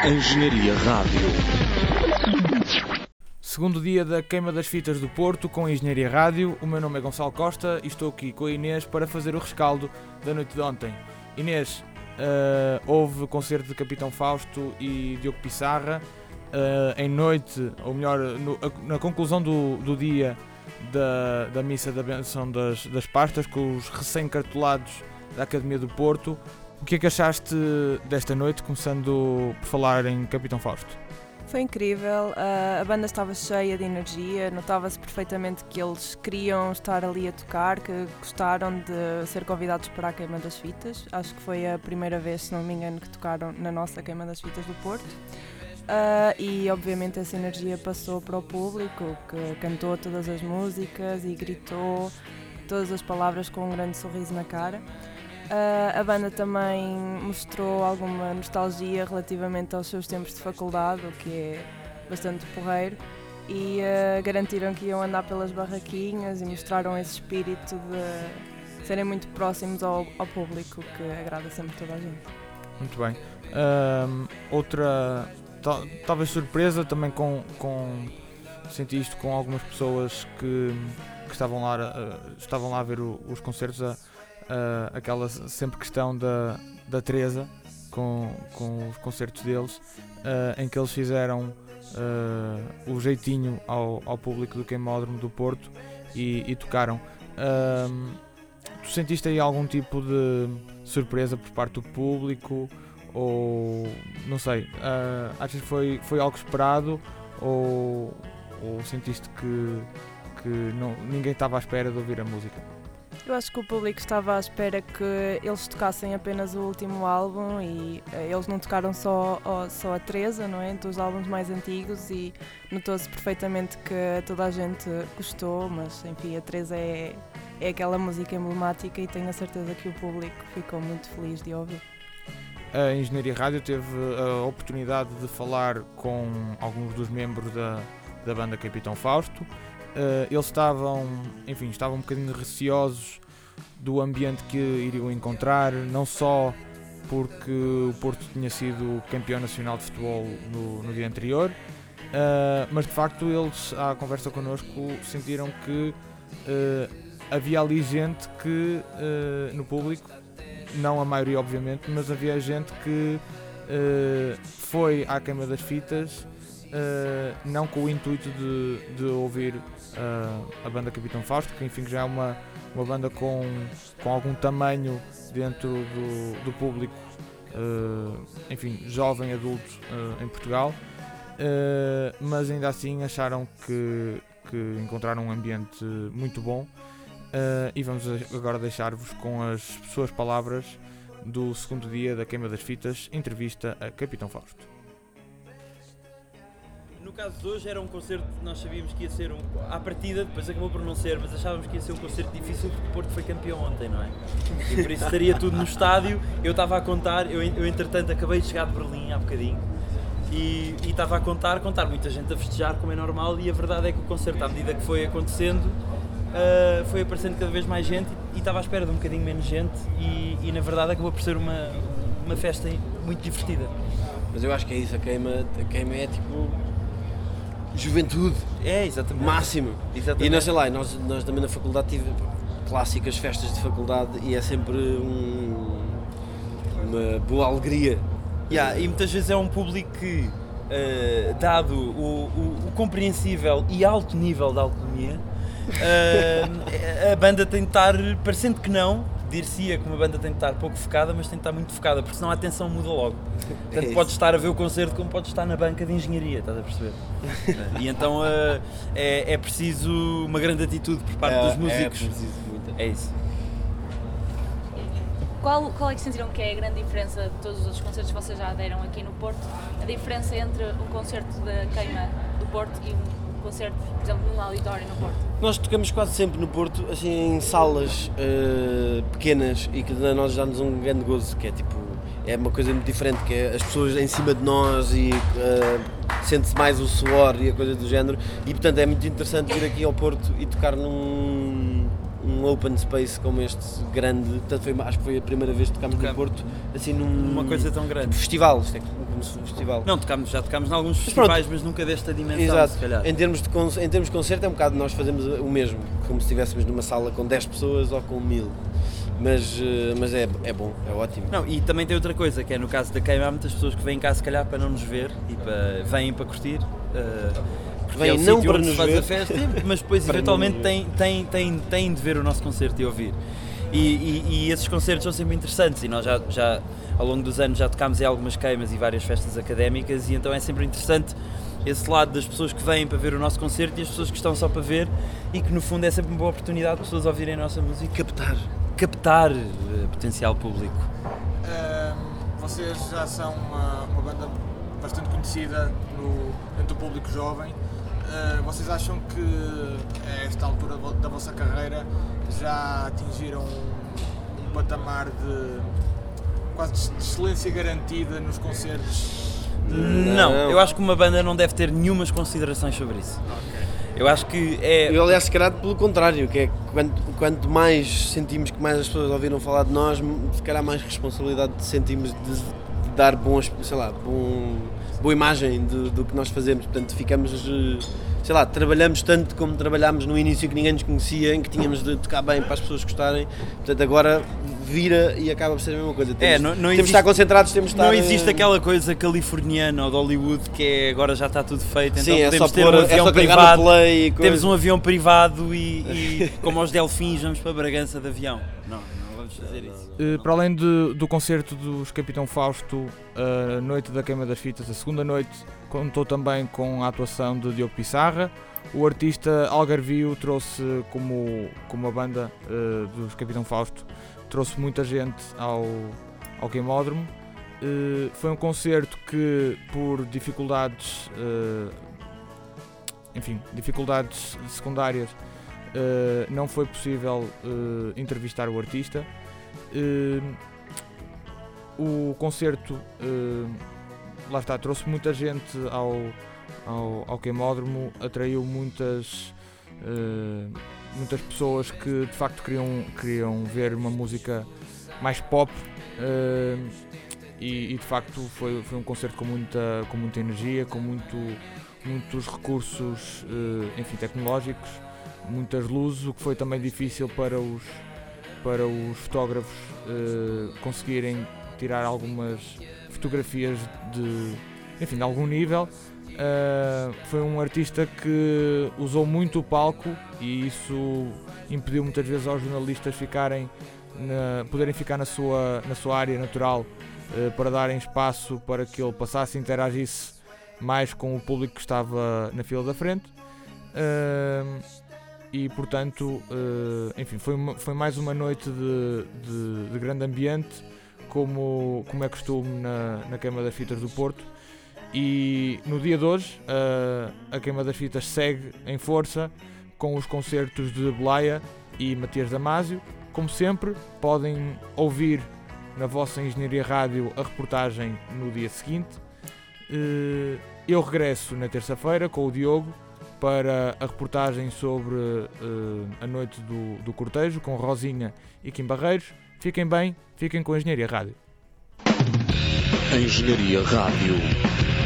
Engenharia Rádio. Segundo dia da Queima das Fitas do Porto com a Engenharia Rádio. O meu nome é Gonçalo Costa e estou aqui com a Inês para fazer o rescaldo da noite de ontem. Inês, houve concerto de Capitão Fausto e Diogo Pissarra. Em noite, ou melhor, na conclusão do dia da missa da benção das pastas com os recém-cartolados da Academia do Porto. O que é que achaste desta noite, começando por falar em Capitão Fausto? Foi incrível, a banda estava cheia de energia, notava-se perfeitamente que eles queriam estar ali a tocar, que gostaram de ser convidados para a Queima das Fitas. Acho que foi a primeira vez, se não me engano, que tocaram na nossa Queima das Fitas do Porto. E obviamente essa energia passou para o público, que cantou todas as músicas e gritou todas as palavras com um grande sorriso na cara. A banda também mostrou alguma nostalgia relativamente aos seus tempos de faculdade, o que é bastante porreiro, e garantiram que iam andar pelas barraquinhas e mostraram esse espírito de serem muito próximos ao público, que agrada sempre toda a gente. Muito bem. Outra, talvez surpresa, também senti isto com algumas pessoas que estavam lá a ver os concertos, aquela sempre questão da Teresa com os concertos deles, em que eles fizeram o jeitinho ao público do Queimódromo do Porto e tocaram. Tu sentiste aí algum tipo de surpresa por parte do público? Ou não sei, achas que foi algo esperado ou sentiste que ninguém estava à espera de ouvir a música? Eu acho que o público estava à espera que eles tocassem apenas o último álbum e eles não tocaram só a Teresa, não é? Dos álbuns mais antigos, e notou-se perfeitamente que toda a gente gostou, mas enfim, a Teresa é aquela música emblemática e tenho a certeza que o público ficou muito feliz de ouvir. A Engenharia Rádio teve a oportunidade de falar com alguns dos membros da banda Capitão Fausto. Eles estavam um bocadinho receosos do ambiente que iriam encontrar, não só porque o Porto tinha sido campeão nacional de futebol no dia anterior, mas de facto eles, à conversa connosco, sentiram que havia ali gente que no público, não a maioria obviamente, mas havia gente que foi à Queima das Fitas não com o intuito de ouvir a banda Capitão Fausto, que enfim já é uma banda com algum tamanho dentro do público, enfim, jovem, adulto em Portugal, mas ainda assim acharam que encontraram um ambiente muito bom. E vamos agora deixar-vos com as suas palavras do segundo dia da Queima das Fitas, entrevista a Capitão Fausto. No caso de hoje era um concerto que nós sabíamos que ia ser à partida, depois acabou por não ser, mas achávamos que ia ser um concerto difícil porque o Porto foi campeão ontem, não é? E por isso estaria tudo no estádio. Eu estava a contar, eu entretanto acabei de chegar de Berlim há bocadinho e estava a contar muita gente a festejar, como é normal, e a verdade é que o concerto, à medida que foi acontecendo, foi aparecendo cada vez mais gente e estava à espera de um bocadinho menos gente e na verdade acabou por ser uma festa muito divertida. Mas eu acho que é isso, a queima é tipo juventude, exatamente. Máximo. Exatamente. E nós, sei lá, nós também na faculdade tivemos clássicas festas de faculdade e é sempre uma boa alegria. E muitas vezes é um público que, dado o compreensível e alto nível de alcoolemia, a banda tem de estar, parecendo que não, dir-se-ia que uma banda tem de estar pouco focada, mas tem de estar muito focada, porque senão a atenção muda logo. Portanto, podes estar a ver o concerto como podes estar na banca de engenharia, estás a perceber? E então é preciso uma grande atitude por parte dos músicos. É isso. Qual é que sentiram que é a grande diferença de todos os outros concertos que vocês já deram aqui no Porto? A diferença entre um concerto da Queima do Porto e um concerto, por exemplo, num auditório no Porto? Nós tocamos quase sempre no Porto, assim, em salas pequenas e que nós dá-nos um grande gozo, que é tipo, é uma coisa muito diferente, que é as pessoas em cima de nós e sente-se mais o suor e a coisa do género, e portanto é muito interessante vir aqui ao Porto e tocar num num open space como este grande, portanto acho que foi a primeira vez que tocámos no Porto, assim uma coisa tão grande. Festival, isto é como se fosse um festival. Não, já tocámos em alguns festivais, mas nunca desta dimensão. Exato. Se calhar. Em termos de concerto é um bocado nós fazemos o mesmo, como se estivéssemos numa sala com 10 pessoas ou com 1000. Mas é bom, é ótimo. Não, e também tem outra coisa, que é no caso da Queima, há muitas pessoas que vêm cá se calhar para não nos ver e vêm para curtir. Porque Vêm é o não sítio para onde nos se faz ver. a festa, mas depois eventualmente têm de ver o nosso concerto e ouvir. E esses concertos são sempre interessantes e nós já ao longo dos anos já tocámos em algumas queimas e várias festas académicas e então é sempre interessante esse lado das pessoas que vêm para ver o nosso concerto e as pessoas que estão só para ver e que no fundo é sempre uma boa oportunidade de pessoas ouvirem a nossa música e captar potencial público. Vocês já são uma banda bastante conhecida entre o público jovem. Vocês acham que a esta altura da vossa carreira já atingiram um patamar de quase de excelência garantida nos concertos? Não, eu acho que uma banda não deve ter nenhumas considerações sobre isso. Okay. Eu acho que é... Eu, aliás, se calhar pelo contrário, que é quanto mais sentimos que mais as pessoas ouviram falar de nós, se calhar mais responsabilidade sentimos de dar boa imagem do que nós fazemos, portanto ficamos, sei lá, trabalhamos tanto como trabalhámos no início que ninguém nos conhecia, em que tínhamos de tocar bem para as pessoas gostarem, portanto agora vira e acaba por ser a mesma coisa, temos de estar concentrados, temos de estar... Não existe aquela coisa californiana ou de Hollywood que é agora já está tudo feito, sim, então podemos ter um avião privado, temos um avião privado e como aos Delfins vamos para Bragança de avião, não vamos fazer isso. Para além do concerto dos Capitão Fausto, a Noite da Queima das Fitas, a segunda noite, contou também com a atuação de Diogo Pissarra. O artista Algarvio trouxe, como a banda dos Capitão Fausto, trouxe muita gente ao Queimódromo. Foi um concerto que, por dificuldades secundárias, não foi possível entrevistar o artista. O concerto, lá está, trouxe muita gente ao Queimódromo, atraiu muitas pessoas que de facto queriam ver uma música mais pop e de facto foi um concerto com muita energia, com muitos recursos tecnológicos, muitas luzes, o que foi também difícil para os fotógrafos conseguirem tirar algumas fotografias de algum nível. Foi um artista que usou muito o palco e isso impediu muitas vezes aos jornalistas poderem ficar na sua área natural para darem espaço para que ele passasse e interagisse mais com o público que estava na fila da frente. E portanto, foi mais uma noite de grande ambiente, como é costume na Queima das Fitas do Porto. E no dia de hoje a Queima das Fitas segue em força com os concertos de Belaia e Matias Damasio. Como sempre, podem ouvir na vossa Engenharia Rádio a reportagem no dia seguinte. Eu regresso na terça-feira com o Diogo para a reportagem sobre a noite do cortejo com Rosinha e Kim Barreiros. Fiquem bem, fiquem com a Engenharia Rádio. Engenharia Rádio.